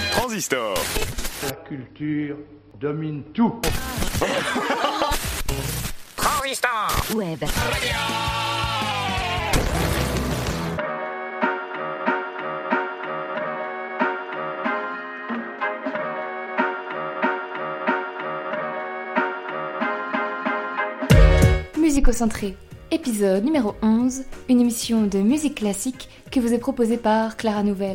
Transistor. La culture domine tout. Transistor. Web. Musicocentré, épisode numéro 11, une émission de musique classique qui vous est proposée par Clara Nouvelle.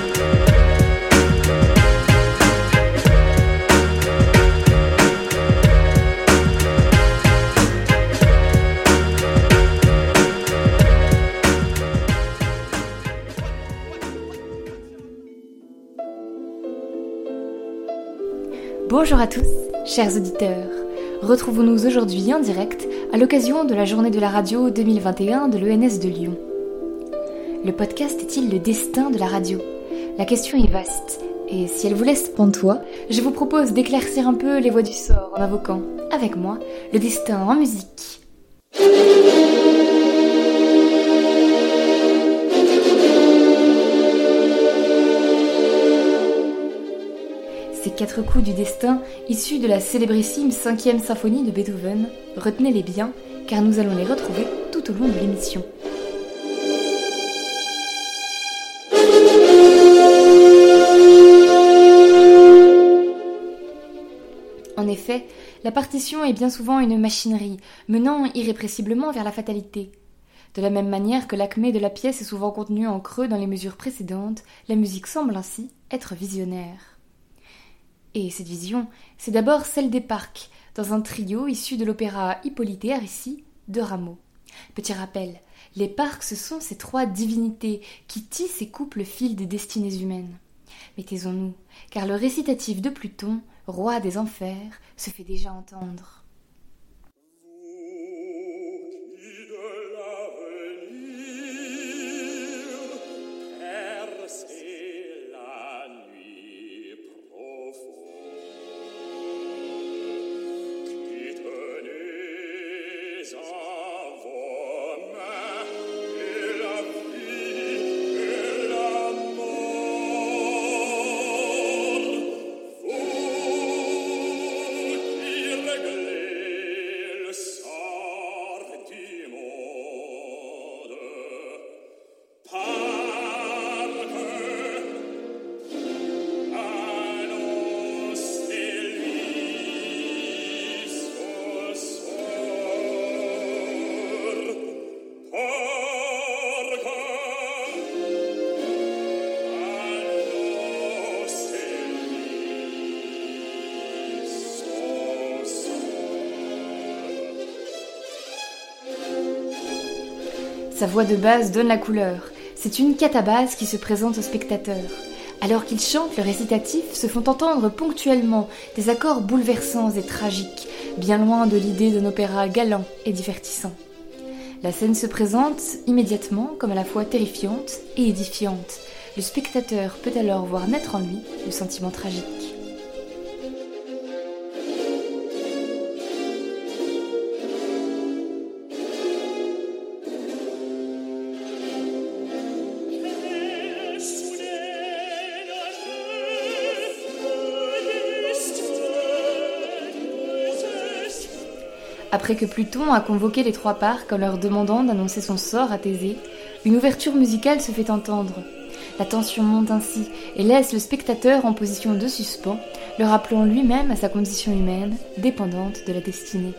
Bonjour à tous, chers auditeurs. Retrouvons-nous aujourd'hui en direct à l'occasion de la journée de la radio 2021 de l'ENS de Lyon. Le podcast est-il le destin de la radio ? La question est vaste, et si elle vous laisse pantois, je vous propose d'éclaircir un peu les voies du sort en invoquant, avec moi, le destin en musique. Ces 4 coups du destin, issus de la célébrissime 5e symphonie de Beethoven, retenez-les bien, car nous allons les retrouver tout au long de l'émission. En effet, la partition est bien souvent une machinerie, menant irrépressiblement vers la fatalité. De la même manière que l'acmé de la pièce est souvent contenu en creux dans les mesures précédentes, la musique semble ainsi être visionnaire. Et cette vision, c'est d'abord celle des parcs, dans un trio issu de l'opéra Hippolyte et Aricie de Rameau. Petit rappel, les parcs, ce sont ces 3 divinités qui tissent et coupent le fil des destinées humaines. Mais taisons-nous, car le récitatif de Pluton, roi des enfers, se fait déjà entendre. Sa voix de base donne la couleur. C'est une catabase qui se présente au spectateur. Alors qu'il chante, le récitatif se font entendre ponctuellement des accords bouleversants et tragiques, bien loin de l'idée d'un opéra galant et divertissant. La scène se présente immédiatement comme à la fois terrifiante et édifiante. Le spectateur peut alors voir naître en lui le sentiment tragique. Après que Pluton a convoqué les 3 parcs en leur demandant d'annoncer son sort à Thésée, une ouverture musicale se fait entendre. La tension monte ainsi et laisse le spectateur en position de suspens, le rappelant lui-même à sa condition humaine, dépendante de la destinée.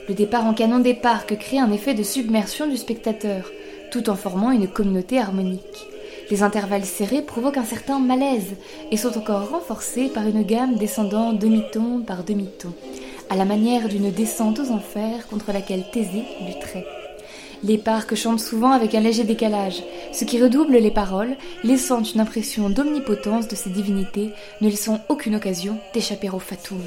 Le départ en canon des parcs crée un effet de submersion du spectateur, tout en formant une communauté harmonique. Les intervalles serrés provoquent un certain malaise et sont encore renforcés par une gamme descendant demi-ton par demi-ton, à la manière d'une descente aux enfers contre laquelle Thésée lutterait. Les parcs chantent souvent avec un léger décalage, ce qui redouble les paroles, laissant une impression d'omnipotence de ces divinités, ne laissant aucune occasion d'échapper au fatum.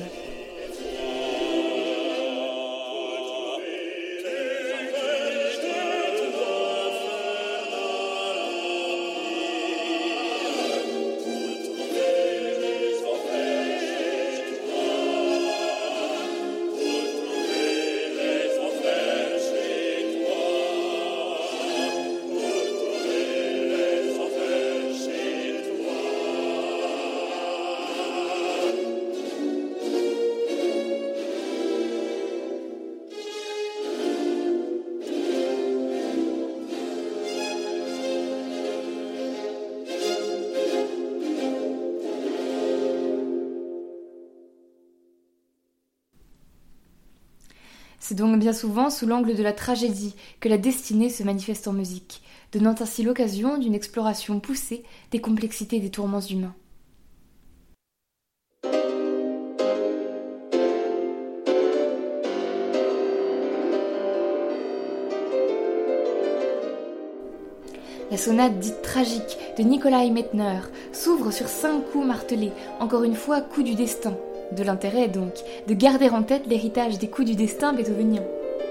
C'est donc bien souvent sous l'angle de la tragédie que la destinée se manifeste en musique, donnant ainsi l'occasion d'une exploration poussée des complexités des tourments humains. La sonate dite tragique de Nikolai Medtner s'ouvre sur 5 coups martelés, encore une fois coups du destin. De l'intérêt donc de garder en tête l'héritage des coups du destin beethovenien.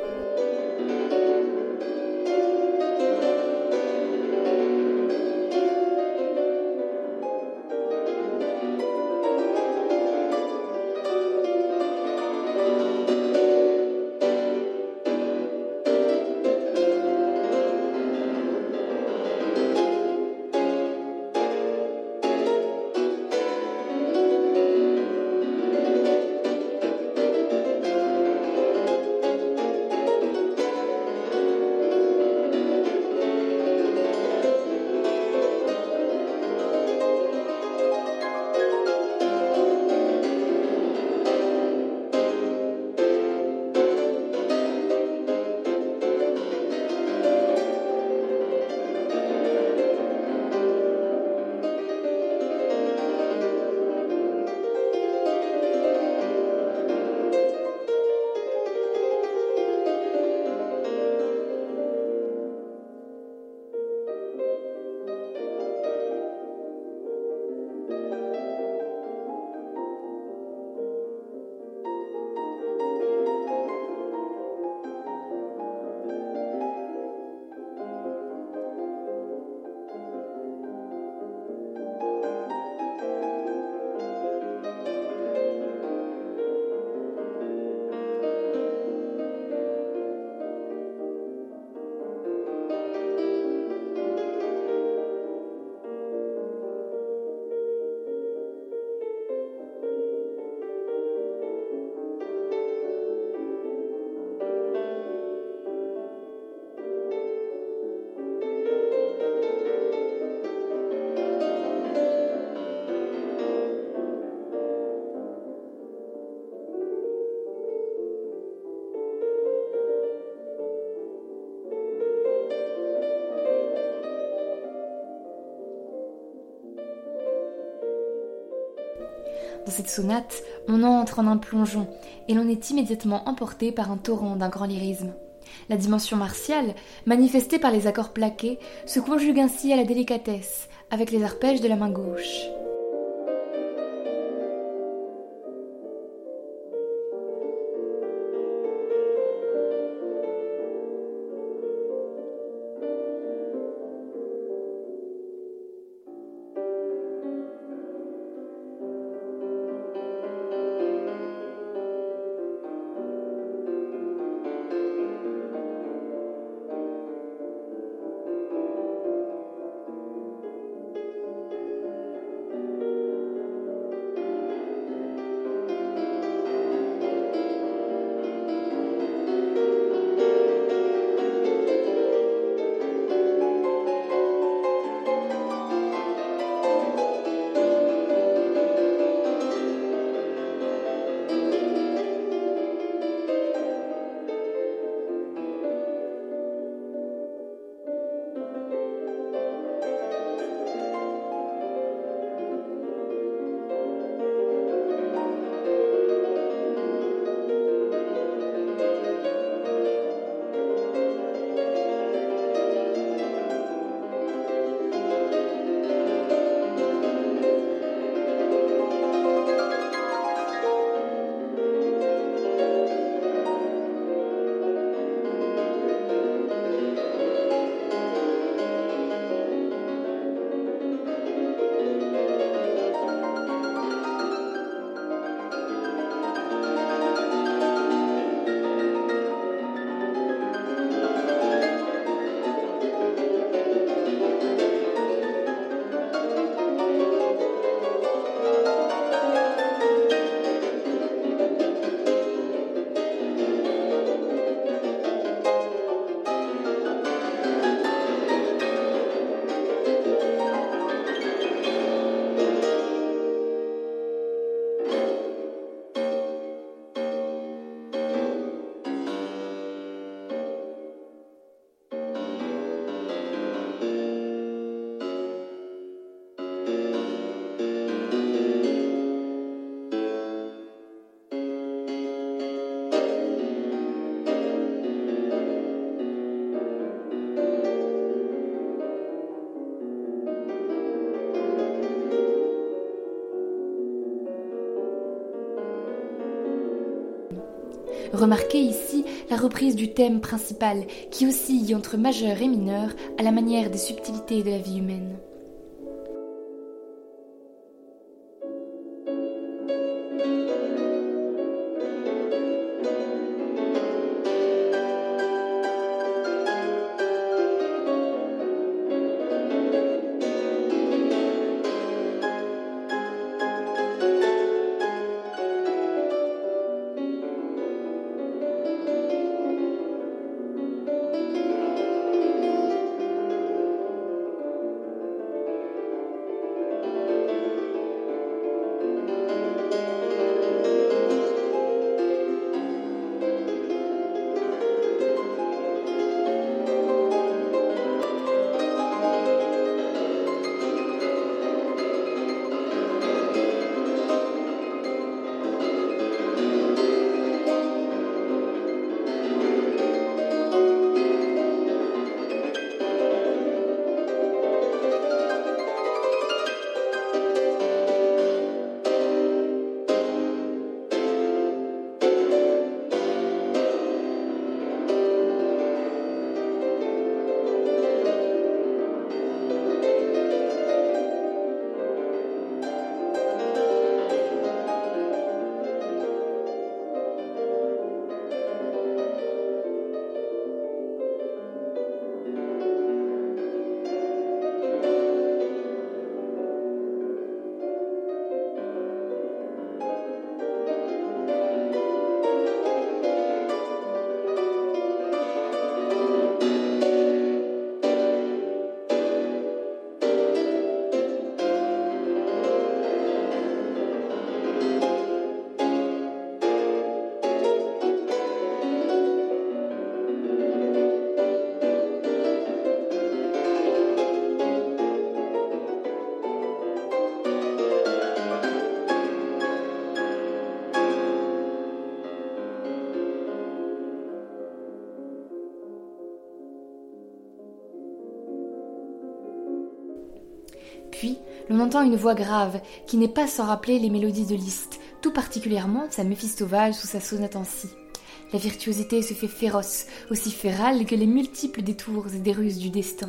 Dans cette sonate, on entre en un plongeon et l'on est immédiatement emporté par un torrent d'un grand lyrisme. La dimension martiale, manifestée par les accords plaqués, se conjugue ainsi à la délicatesse, avec les arpèges de la main gauche. Remarquez ici la reprise du thème principal qui oscille entre majeur et mineur à la manière des subtilités de la vie humaine. Puis, l'on entend une voix grave, qui n'est pas sans rappeler les mélodies de Liszt, tout particulièrement sa Méphistophale sous sa sonate en si. La virtuosité se fait féroce, aussi férale que les multiples détours et des ruses du destin.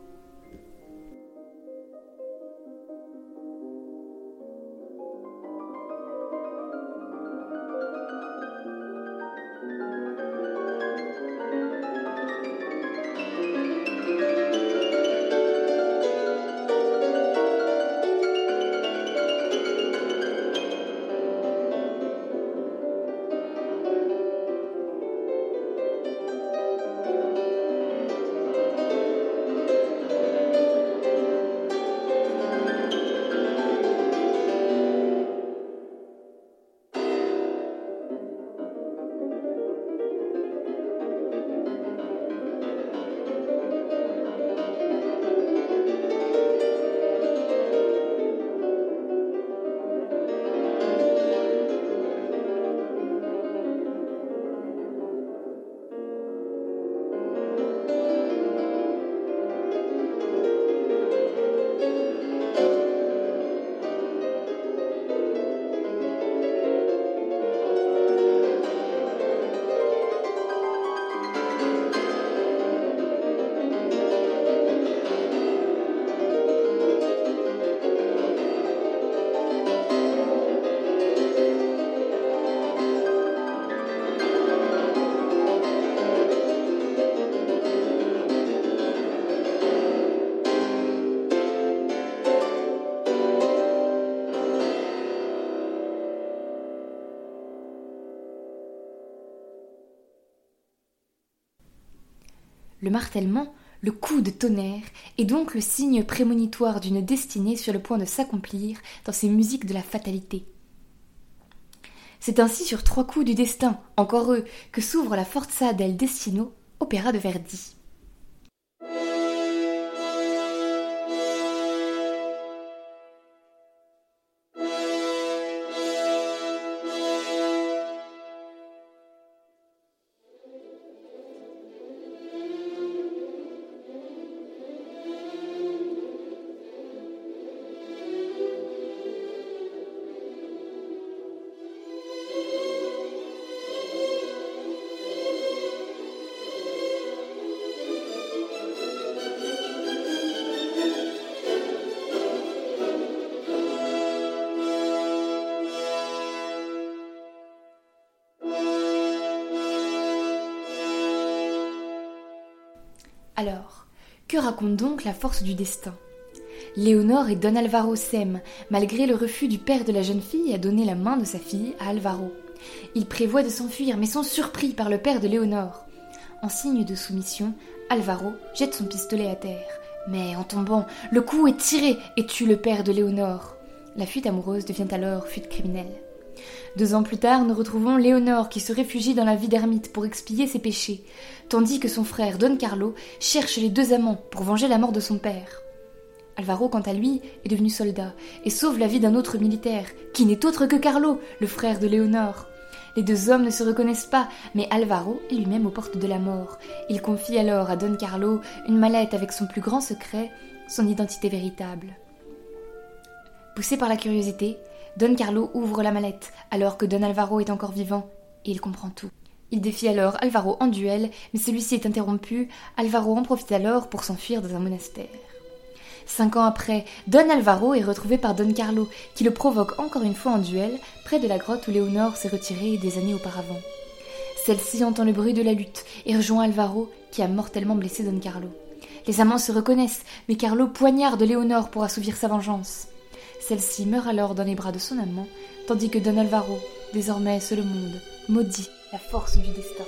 Le martèlement, le coup de tonnerre, est donc le signe prémonitoire d'une destinée sur le point de s'accomplir dans ces musiques de la fatalité. C'est ainsi sur 3 coups du destin, encore eux, que s'ouvre la Forza del Destino, opéra de Verdi. Alors, que raconte donc la force du destin ? Léonore et Don Alvaro s'aiment, malgré le refus du père de la jeune fille à donner la main de sa fille à Alvaro. Ils prévoient de s'enfuir, mais sont surpris par le père de Léonore. En signe de soumission, Alvaro jette son pistolet à terre. Mais en tombant, le coup est tiré et tue le père de Léonore. La fuite amoureuse devient alors fuite criminelle. 2 ans plus tard, nous retrouvons Léonore qui se réfugie dans la vie d'ermite pour expier ses péchés, tandis que son frère Don Carlo cherche les 2 amants pour venger la mort de son père. Alvaro, quant à lui, est devenu soldat et sauve la vie d'un autre militaire, qui n'est autre que Carlo, le frère de Léonore. Les 2 hommes ne se reconnaissent pas, mais Alvaro est lui-même aux portes de la mort. Il confie alors à Don Carlo une mallette avec son plus grand secret, son identité véritable. Poussé par la curiosité, Don Carlo ouvre la mallette alors que Don Alvaro est encore vivant, et il comprend tout. Il défie alors Alvaro en duel, mais celui-ci est interrompu. Alvaro en profite alors pour s'enfuir dans un monastère. 5 ans après, Don Alvaro est retrouvé par Don Carlo, qui le provoque encore une fois en duel, près de la grotte où Léonore s'est retirée des années auparavant. Celle-ci entend le bruit de la lutte et rejoint Alvaro, qui a mortellement blessé Don Carlo. Les amants se reconnaissent, mais Carlo poignarde Léonore pour assouvir sa vengeance. Celle-ci meurt alors dans les bras de son amant, tandis que Don Alvaro, désormais seul au monde, maudit la force du destin.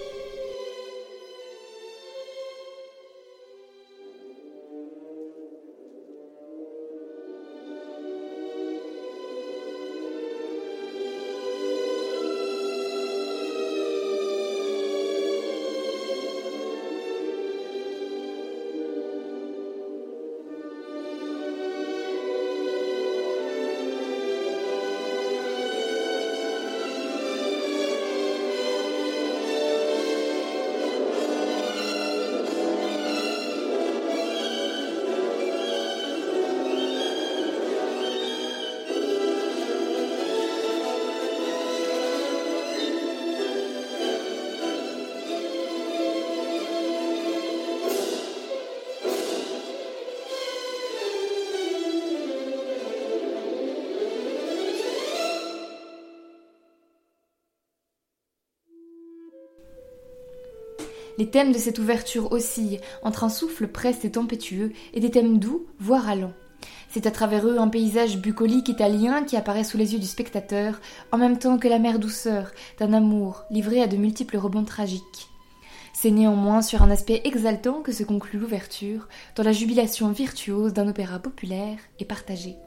Les thèmes de cette ouverture oscillent entre un souffle preste et tempétueux et des thèmes doux, voire allants. C'est à travers eux un paysage bucolique italien qui apparaît sous les yeux du spectateur, en même temps que l'amère douceur d'un amour livré à de multiples rebonds tragiques. C'est néanmoins sur un aspect exaltant que se conclut l'ouverture, dans la jubilation virtuose d'un opéra populaire et partagé.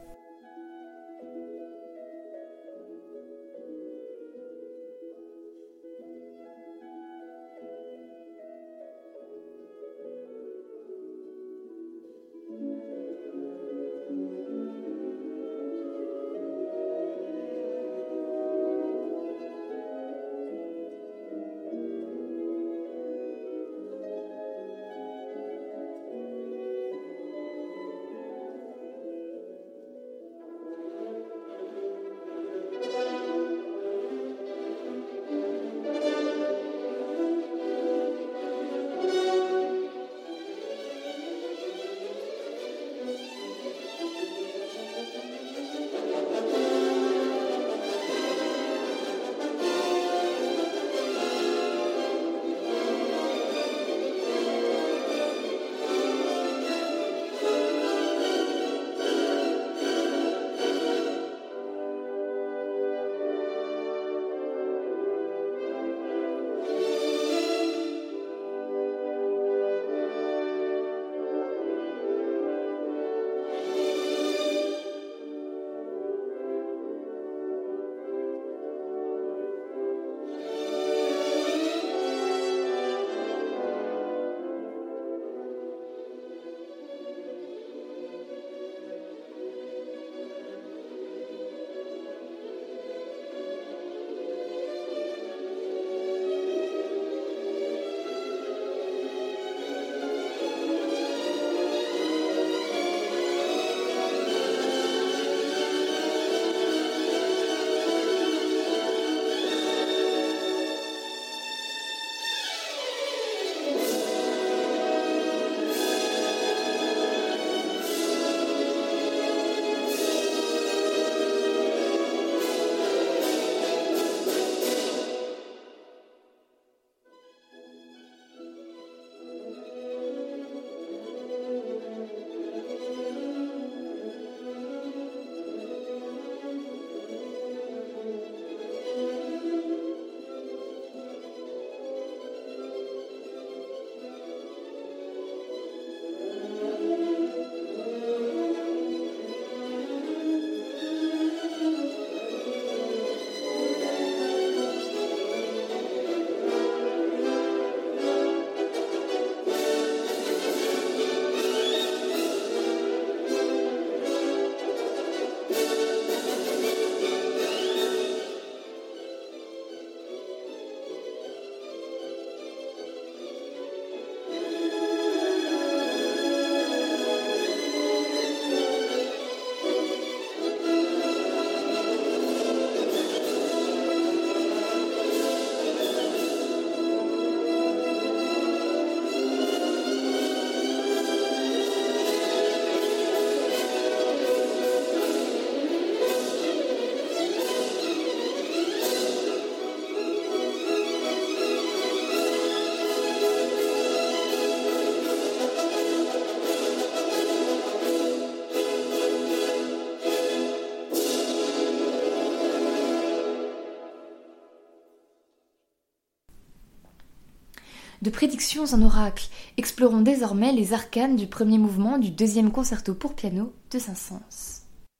De prédictions en oracles, explorons désormais les arcanes du premier mouvement du deuxième concerto pour piano de Saint-Saëns.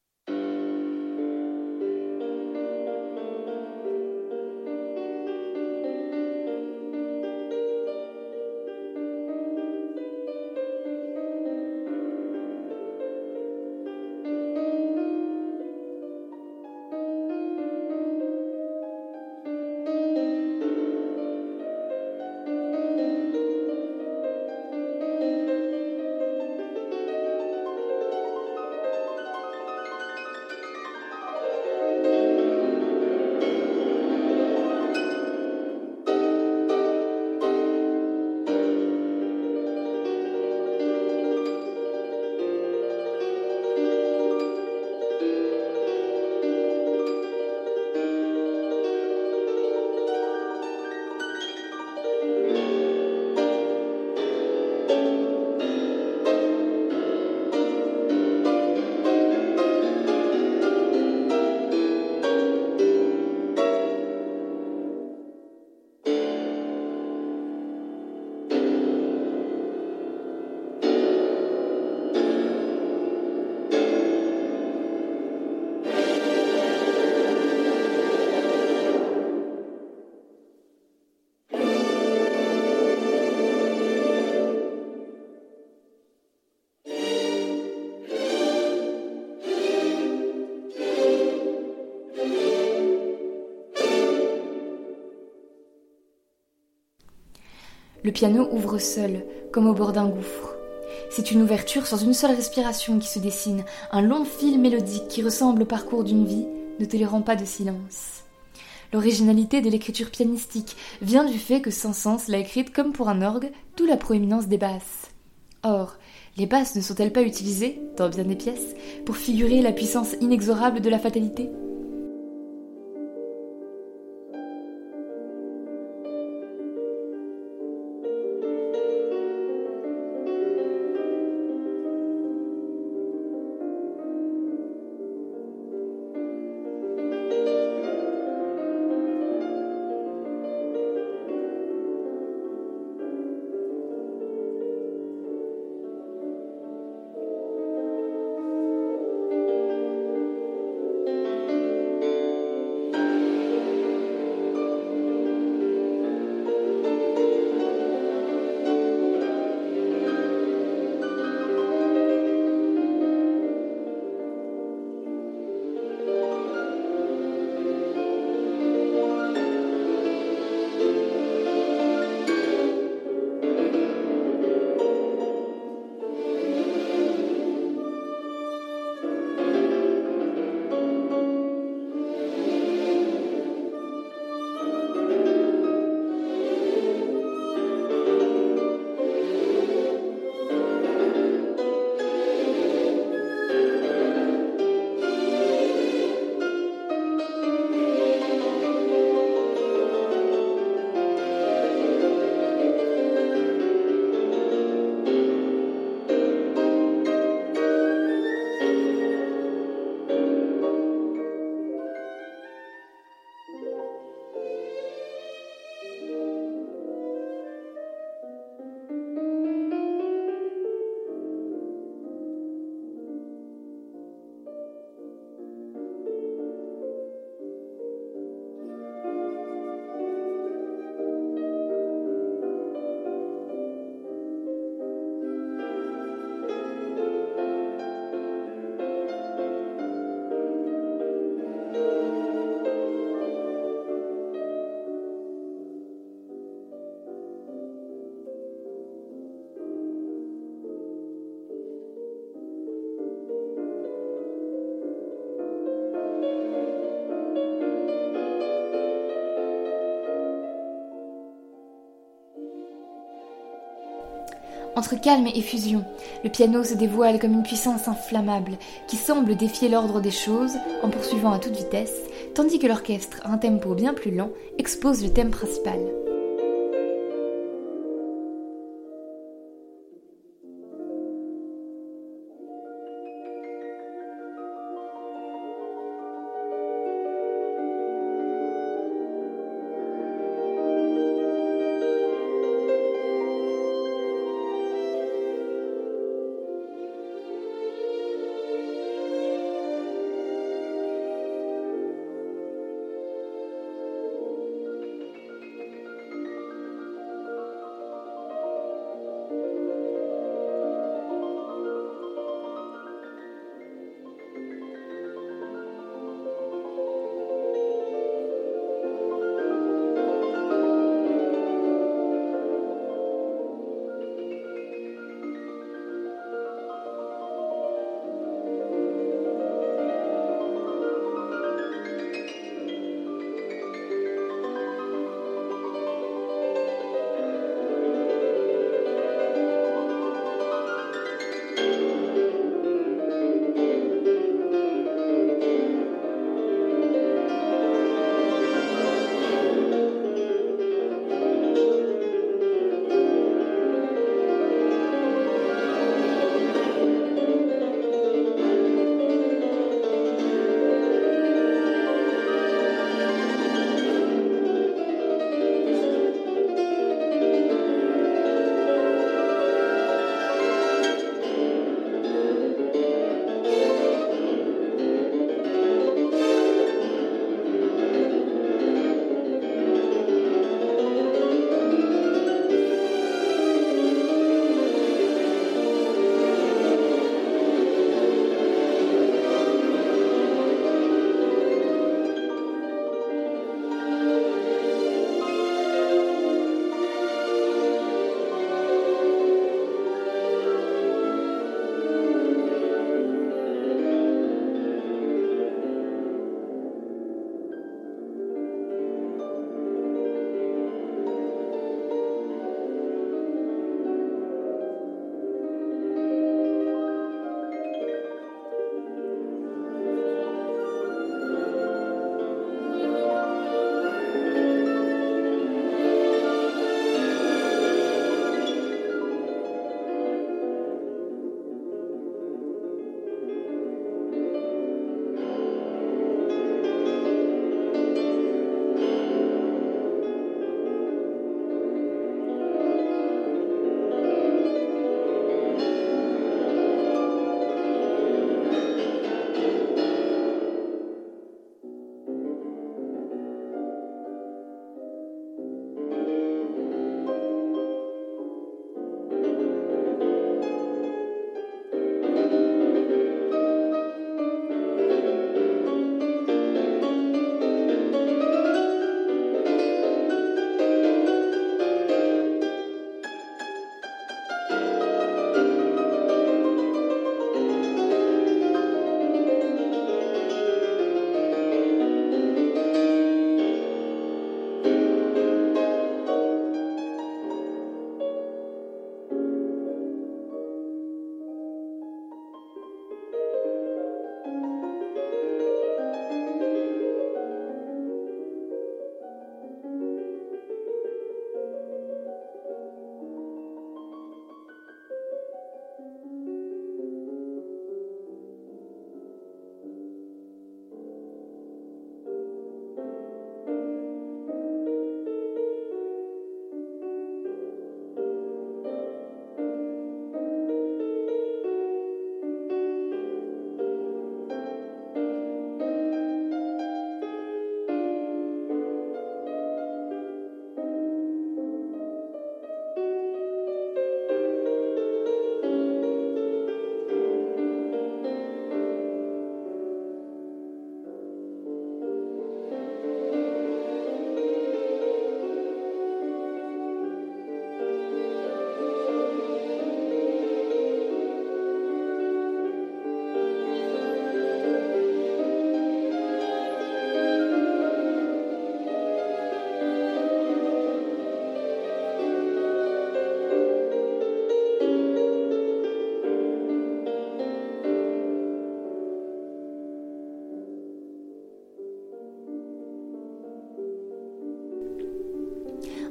Le piano ouvre seul, comme au bord d'un gouffre. C'est une ouverture sans une seule respiration qui se dessine, un long fil mélodique qui ressemble au parcours d'une vie, ne tolérant pas de silence. L'originalité de l'écriture pianistique vient du fait que Saint-Saëns l'a écrite comme pour un orgue, d'où la proéminence des basses. Or, les basses ne sont-elles pas utilisées, dans bien des pièces, pour figurer la puissance inexorable de la fatalité ? Entre calme et effusion, le piano se dévoile comme une puissance inflammable qui semble défier l'ordre des choses en poursuivant à toute vitesse, tandis que l'orchestre, à un tempo bien plus lent, expose le thème principal.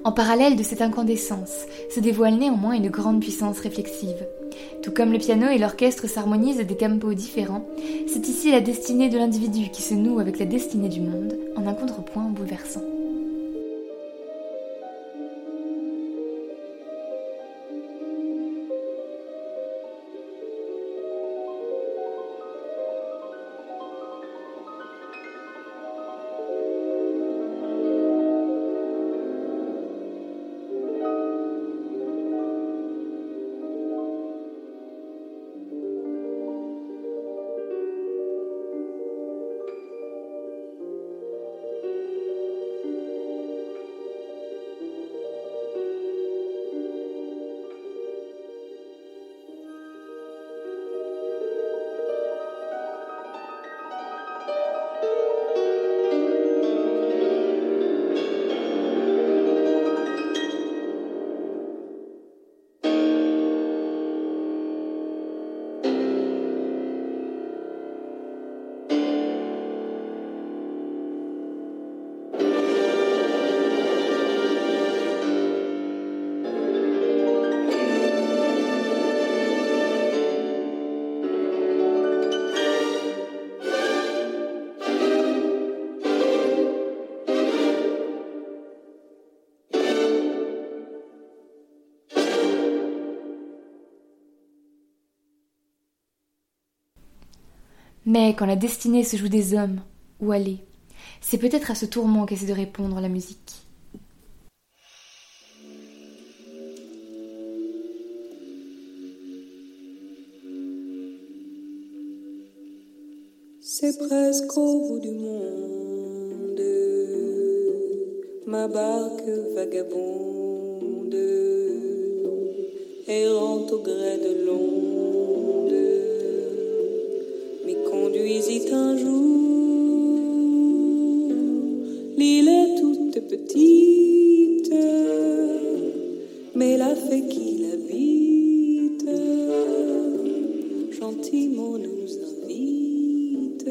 En parallèle de cette incandescence, se dévoile néanmoins une grande puissance réflexive. Tout comme le piano et l'orchestre s'harmonisent à des tempos différents, c'est ici la destinée de l'individu qui se noue avec la destinée du monde en un contrepoint bouleversant. Mais quand la destinée se joue des hommes, où aller? C'est peut-être à ce tourment qu'essaie de répondre la musique. C'est presque au bout du monde, ma barque vagabonde, errante au gré de l'onde, m'y conduisit un jour. L'île est toute petite, mais la fée qui l'habite, gentiment nous invite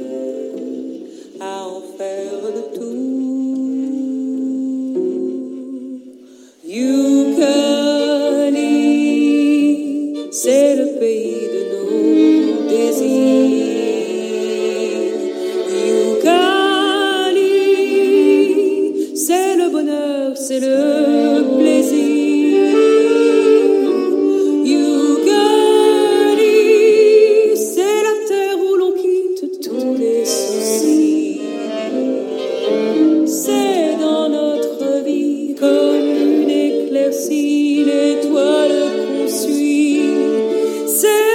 à en faire le tour. Yukali, c'est le pays de nos désirs. Yukali, c'est le bonheur, c'est le plaisir. Yukali, c'est la terre où l'on quitte tous les soucis. C'est dans notre vie comme une éclaircie, l'étoile qu'on suit. C'est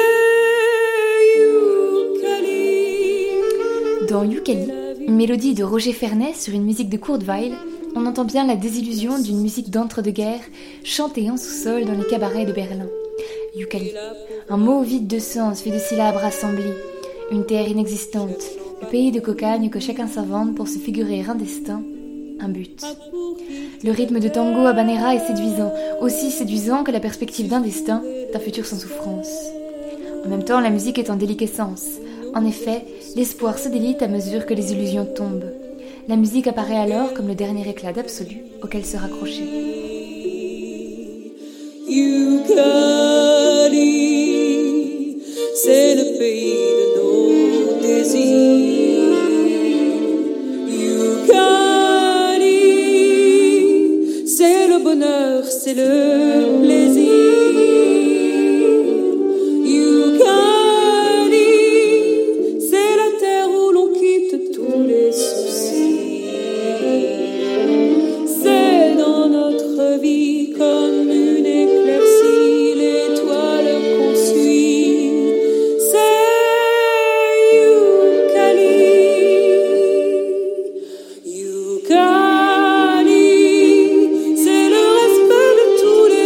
Yukali. Dans Yukali, une mélodie de Roger Fernet sur une musique de Kurt Weill, on entend bien la désillusion d'une musique d'entre-deux-guerres chantée en sous-sol dans les cabarets de Berlin. Yukali, un mot vide de sens fait de syllabes rassemblées, une terre inexistante, le pays de cocagne que chacun s'invente pour se figurer un destin, un but. Le rythme de tango habanera est séduisant, aussi séduisant que la perspective d'un destin, d'un futur sans souffrance. En même temps, la musique est en déliquescence. En effet, l'espoir se délite à mesure que les illusions tombent. La musique apparaît alors comme le dernier éclat d'absolu auquel se raccrocher. Yukali, c'est le pays de nos désirs. Yukali, c'est le bonheur, c'est le plaisir. Yukali, c'est la terre où l'on quitte tous les soucis. C'est dans notre vie comme une éclaircie, l'étoile qu'on suit. C'est Yukali. Yukali, c'est le respect de tous les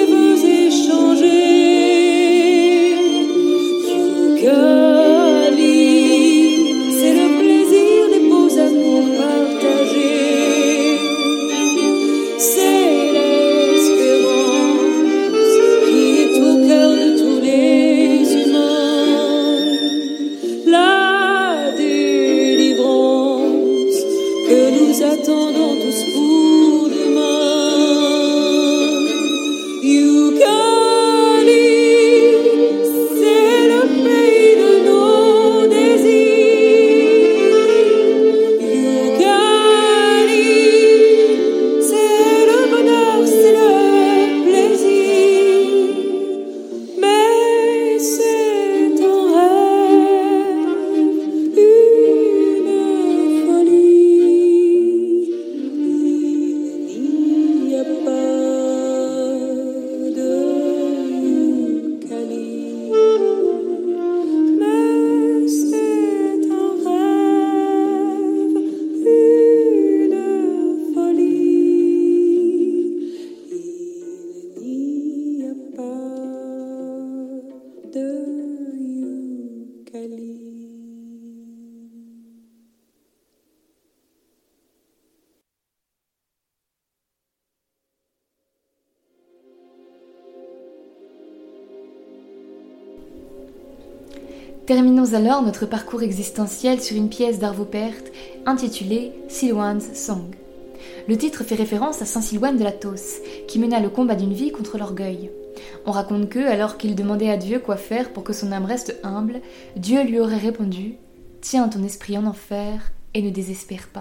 Terminons alors notre parcours existentiel sur une pièce d'Arvo Pärt intitulée Silouan's Song. Le titre fait référence à saint Silouan de la Tosse, qui mena le combat d'une vie contre l'orgueil. On raconte que, alors qu'il demandait à Dieu quoi faire pour que son âme reste humble, Dieu lui aurait répondu « Tiens ton esprit en enfer et ne désespère pas ».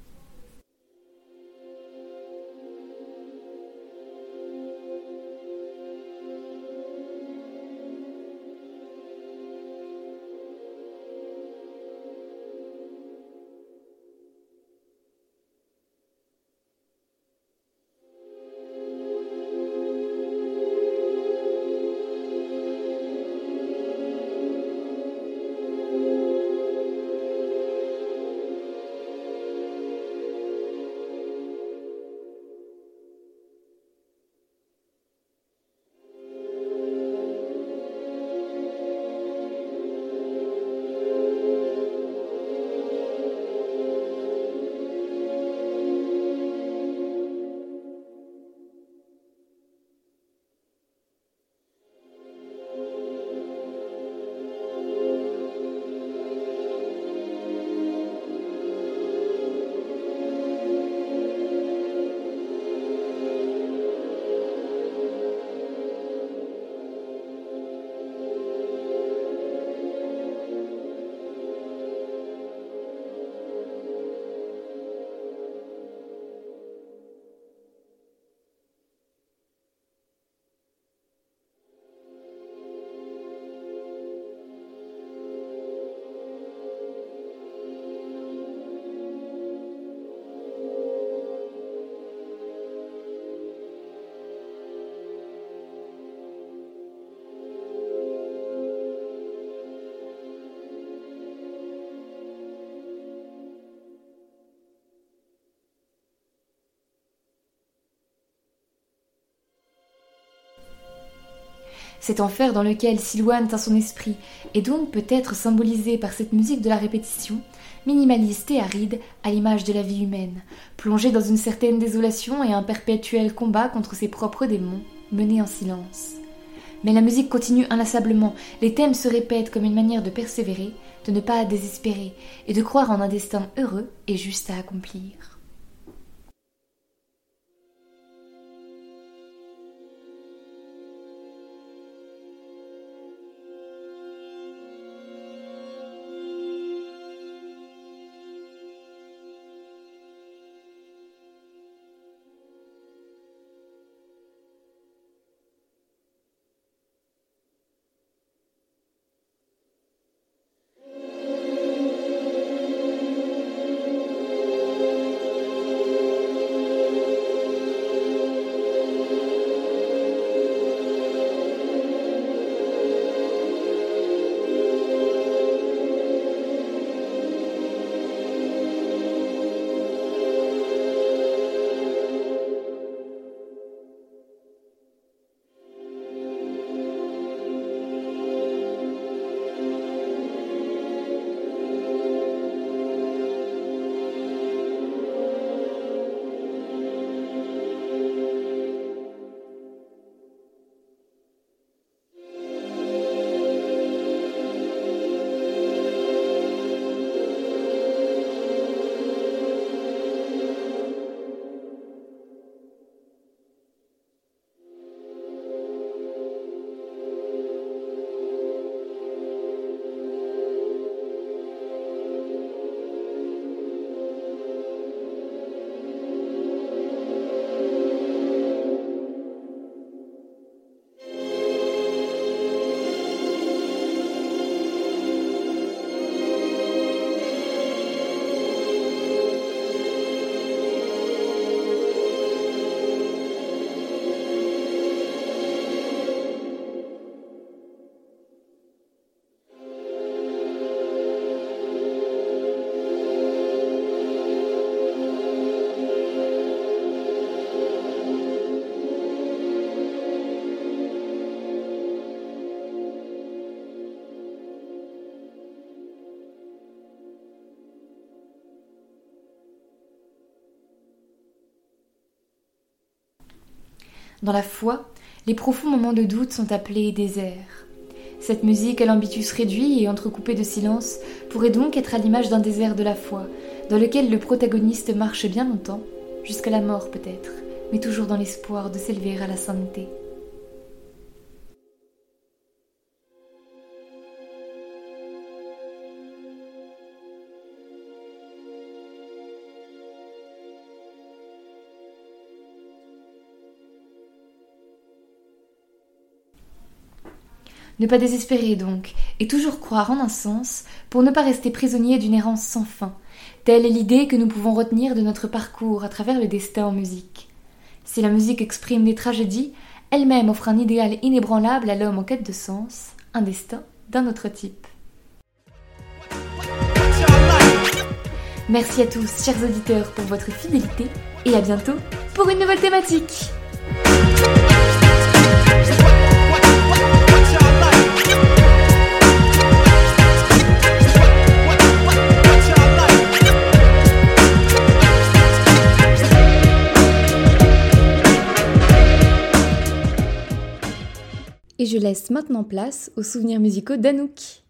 Cet enfer dans lequel Silouan tint son esprit est donc peut-être symbolisé par cette musique de la répétition, minimaliste et aride à l'image de la vie humaine, plongée dans une certaine désolation et un perpétuel combat contre ses propres démons, menés en silence. Mais la musique continue inlassablement, les thèmes se répètent comme une manière de persévérer, de ne pas désespérer et de croire en un destin heureux et juste à accomplir. Dans la foi, les profonds moments de doute sont appelés déserts. Cette musique à l'ambitus réduit et entrecoupé de silence pourrait donc être à l'image d'un désert de la foi, dans lequel le protagoniste marche bien longtemps, jusqu'à la mort peut-être, mais toujours dans l'espoir de s'élever à la sainteté. Ne pas désespérer donc, et toujours croire en un sens, pour ne pas rester prisonnier d'une errance sans fin. Telle est l'idée que nous pouvons retenir de notre parcours à travers le destin en musique. Si la musique exprime des tragédies, elle-même offre un idéal inébranlable à l'homme en quête de sens, un destin d'un autre type. Merci à tous, chers auditeurs, pour votre fidélité, et à bientôt pour une nouvelle thématique. Et je laisse maintenant place aux souvenirs musicaux d'Anouk.